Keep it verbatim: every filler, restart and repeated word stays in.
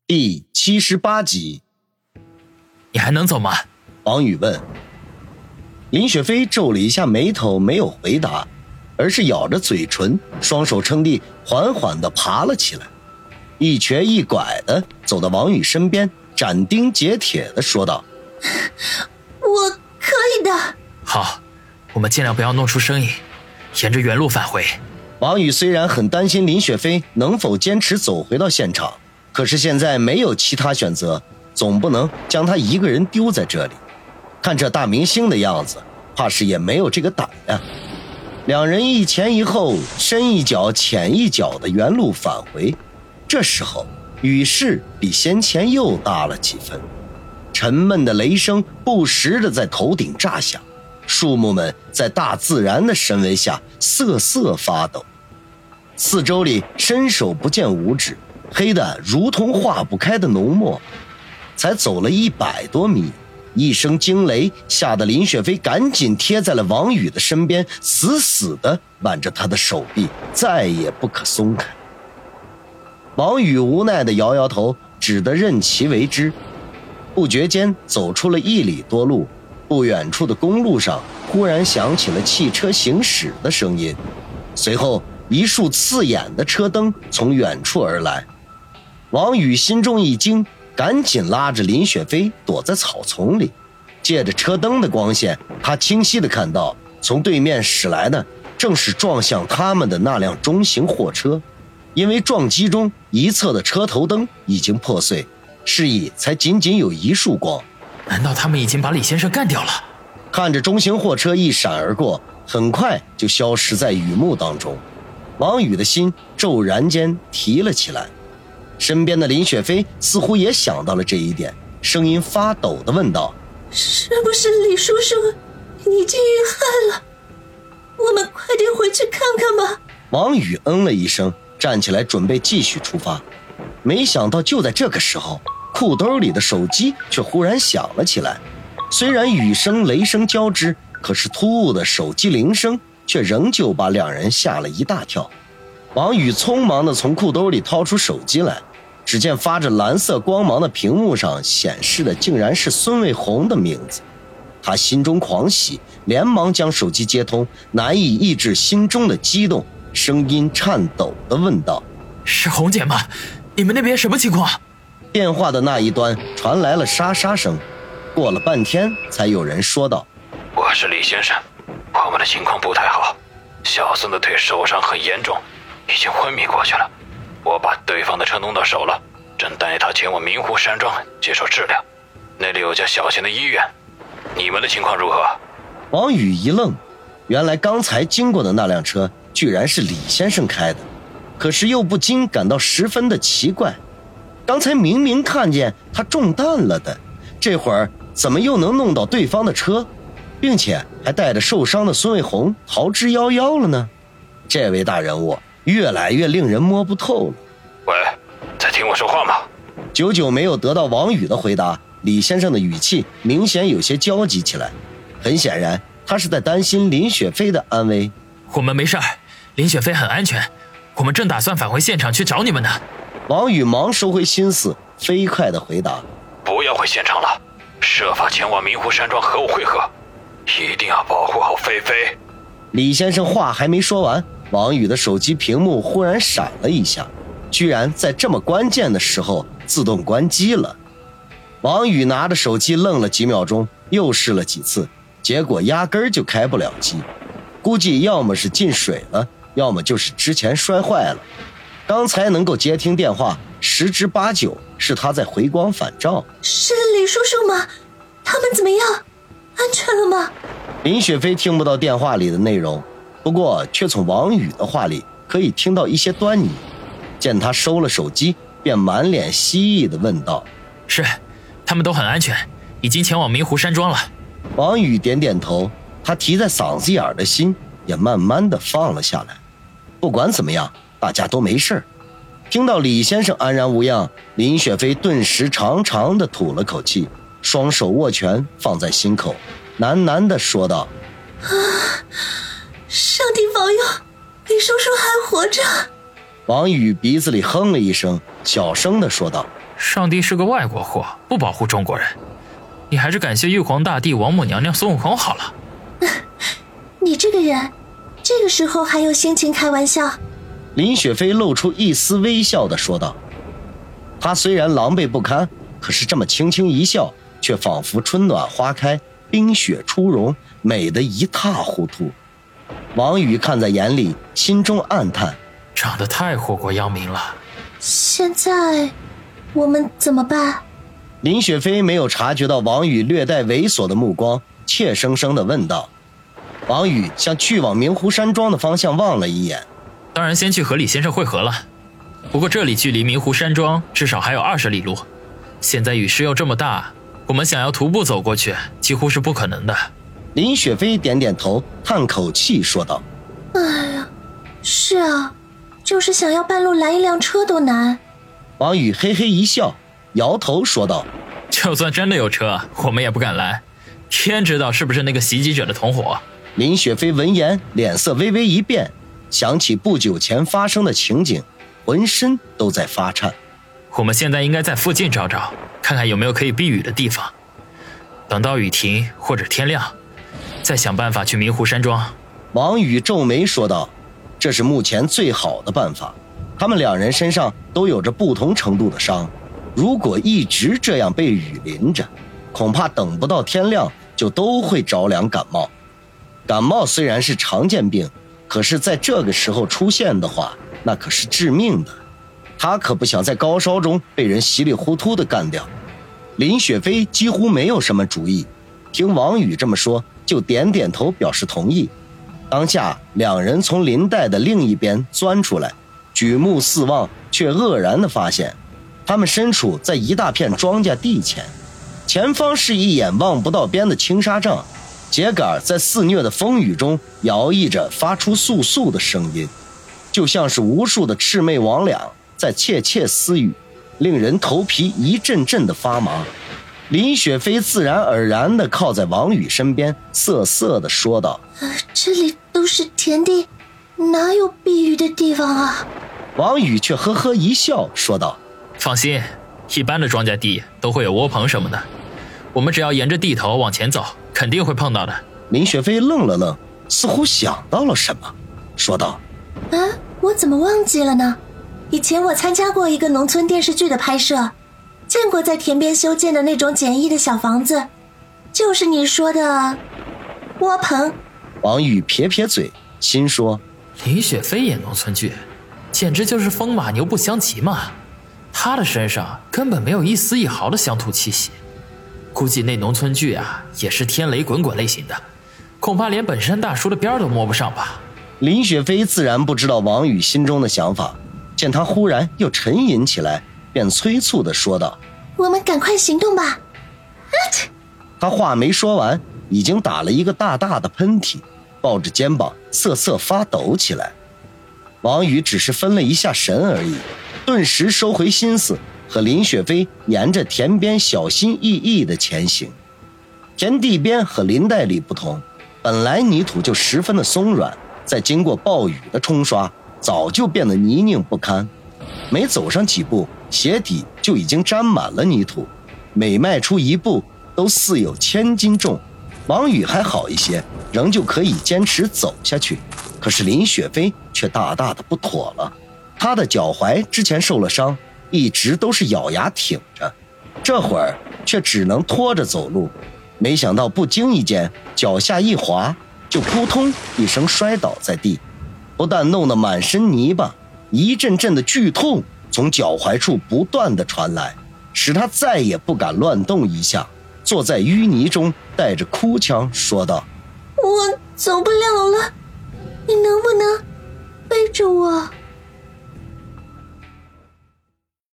第七十八集。 你还能走吗？ 王宇问。林雪飞皱了一下眉头，没有回答，而是咬着嘴唇，双手撑地，缓缓地爬了起来，一瘸一拐地走到王宇身边，斩钉截铁地说道： 我可以的。 好，我们尽量不要弄出声音，沿着原路返回。 王宇虽然很担心林雪飞能否坚持走回到现场，可是现在没有其他选择，总不能将他一个人丢在这里。看这大明星的样子，怕是也没有这个胆量。两人一前一后，深一脚浅一脚的原路返回。这时候雨势比先前又大了几分，沉闷的雷声不时地在头顶炸响，树木们在大自然的神威下瑟瑟发抖，四周里伸手不见五指，黑的如同化不开的浓墨。才走了一百多米，一声惊雷吓得林雪飞赶紧贴在了王宇的身边，死死地挽着他的手臂，再也不可松开。王宇无奈地摇摇头，只得任其为之。不觉间走出了一里多路，不远处的公路上忽然响起了汽车行驶的声音，随后一束刺眼的车灯从远处而来。王宇心中一惊，赶紧拉着林雪飞躲在草丛里，借着车灯的光线，他清晰地看到从对面驶来的正是撞向他们的那辆中型货车。因为撞击中一侧的车头灯已经破碎，示意才仅仅有一束光。 难道他们已经把李先生干掉了？ 看着中型货车一闪而过，很快就消失在雨幕当中，王宇的心骤然间提了起来。身边的林雪飞似乎也想到了这一点，声音发抖地问道： 是不是李叔叔已经遇害了？我们快点回去看看吧。 王宇嗯了一声，站起来准备继续出发。没想到就在这个时候，裤兜里的手机却忽然响了起来。虽然雨声雷声交织，可是突兀的手机铃声却仍旧把两人吓了一大跳。王宇匆忙地从裤兜里掏出手机来，只见发着蓝色光芒的屏幕上显示的竟然是孙卫红的名字。他心中狂喜，连忙将手机接通，难以抑制心中的激动，声音颤抖地问道： 是红姐吗？你们那边什么情况？ 电话的那一端传来了沙沙声，过了半天才有人说道： 我是李先生，我们的情况不太好，小孙的腿受伤很严重，已经昏迷过去了。我把对方的车弄到手了，正带他前往明湖山庄接受治疗，那里有家小型的医院。你们的情况如何？ 王宇一愣，原来刚才经过的那辆车居然是李先生开的，可是又不禁感到十分的奇怪。刚才明明看见他中弹了的，这会儿怎么又能弄到对方的车，并且还带着受伤的孙卫红逃之夭夭了呢？这位大人物越来越令人摸不透了。 喂，在听我说话吗？ 久久没有得到王宇的回答，李先生的语气明显有些焦急起来。很显然他是在担心林雪飞的安危。 我们没事儿，林雪飞很安全，我们正打算返回现场去找你们呢。 王宇忙收回心思，飞快地回答： 不要回现场了，设法前往明湖山庄和我会合，一定要保护好菲菲。 李先生话还没说完，王宇的手机屏幕忽然闪了一下，居然在这么关键的时候自动关机了。王宇拿着手机愣了几秒钟，又试了几次，结果压根儿就开不了机，估计要么是进水了，要么就是之前摔坏了。刚才能够接听电话，十之八九是他在回光返照。 是李叔叔吗？他们怎么样？安全了吗？ 林雪飞听不到电话里的内容，不过却从王宇的话里可以听到一些端倪。见他收了手机，便满脸希意地问道： 是，他们都很安全，已经前往明湖山庄了。 王宇点点头，他提在嗓子眼的心也慢慢地放了下来。不管怎么样，大家都没事。听到李先生安然无恙，林雪飞顿时长长地吐了口气，双手握拳放在心口，喃喃地说道： 啊，上帝保佑，李叔叔还活着。 王宇鼻子里哼了一声，小声地说道： 上帝是个外国货，不保护中国人，你还是感谢玉皇大帝、王母娘娘、孙悟空好了。 你这个人这个时候还有心情开玩笑？ 林雪飞露出一丝微笑地说道。他虽然狼狈不堪，可是这么轻轻一笑，却仿佛春暖花开，冰雪初融，美得一塌糊涂。王宇看在眼里，心中暗叹， 长得太祸国殃民了。 现在我们怎么办？ 林雪飞没有察觉到王宇略带猥琐的目光，怯生生地问道。王宇向去往明湖山庄的方向望了一眼， 当然先去和李先生会合了，不过这里距离明湖山庄至少还有二十里路，现在雨势又这么大，我们想要徒步走过去几乎是不可能的。 林雪飞点点头，叹口气说道： 哎呀，是啊，就是想要半路拦一辆车都难。 王宇嘿嘿一笑，摇头说道： 就算真的有车，我们也不敢拦，天知道是不是那个袭击者的同伙。 林雪飞闻言脸色微微一变，想起不久前发生的情景，浑身都在发颤。 我们现在应该在附近找找，看看有没有可以避雨的地方，等到雨停或者天亮，再想办法去明湖山庄。 王宇皱眉说道：这是目前最好的办法，他们两人身上都有着不同程度的伤，如果一直这样被雨淋着，恐怕等不到天亮就都会着凉感冒。感冒虽然是常见病，可是在这个时候出现的话，那可是致命的。他可不想在高烧中被人稀里糊涂地干掉。林雪飞几乎没有什么主意，听王宇这么说，就点点头表示同意。当下两人从林带的另一边钻出来，举目四望，却愕然地发现他们身处在一大片庄稼地前，前方是一眼望不到边的青纱帐，秸秆在肆虐的风雨中摇曳着，发出簌簌的声音，就像是无数的魑魅魍魉在窃窃私语，令人头皮一阵阵的发麻。林雪飞自然而然地靠在王宇身边，瑟瑟地说道： 呃，这里都是田地，哪有避雨的地方啊？ 王宇却呵呵一笑说道： 放心，一般的庄稼地都会有窝棚什么的，我们只要沿着地头往前走，肯定会碰到的。 林雪飞愣了愣，似乎想到了什么，说道： 啊，我怎么忘记了呢？以前我参加过一个农村电视剧的拍摄，见过在田边修建的那种简易的小房子，就是你说的窝棚。 王宇撇撇嘴，心说： 林雪飞演农村剧，简直就是风马牛不相及嘛，他的身上根本没有一丝一毫的乡土气息，估计那农村剧啊也是天雷滚滚类型的，恐怕连本山大叔的边都摸不上吧。 林雪飞自然不知道王宇心中的想法，见他忽然又沉吟起来，便催促地说道： 我们赶快行动吧。啊， 他话没说完，已经打了一个大大的喷嚏，抱着肩膀瑟瑟发抖起来。王宇只是分了一下神而已，顿时收回心思，和林雪飞沿着田边小心翼翼地前行。田地边和林带里不同，本来泥土就十分的松软，再经过暴雨的冲刷，早就变得泥泞不堪。每走上几步，鞋底就已经沾满了泥土，每迈出一步都似有千斤重。王宇还好一些，仍旧可以坚持走下去，可是林雪飞却大大的不妥了。他的脚踝之前受了伤，一直都是咬牙挺着，这会儿却只能拖着走路。没想到不经意间脚下一滑，就扑通一声摔倒在地，不但弄得满身泥巴，一阵阵的剧痛从脚踝处不断的传来，使他再也不敢乱动一下，坐在淤泥中带着哭腔说道： 我走不了了，你能不能背着我？